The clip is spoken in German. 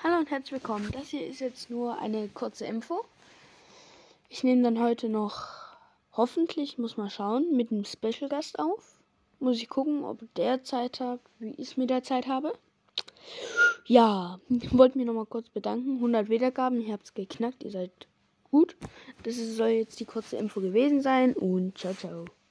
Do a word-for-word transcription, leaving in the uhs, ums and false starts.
Hallo und herzlich willkommen. Das hier ist jetzt nur eine kurze Info. Ich nehme dann heute noch, hoffentlich, muss mal schauen, mit einem Special Gast auf. Muss ich gucken, ob der Zeit hat, wie ich es mit der Zeit habe. Ja, ich wollte mich nochmal kurz bedanken. hundert Wiedergaben, ihr habt es geknackt, ihr seid gut. Das soll jetzt die kurze Info gewesen sein und ciao, ciao.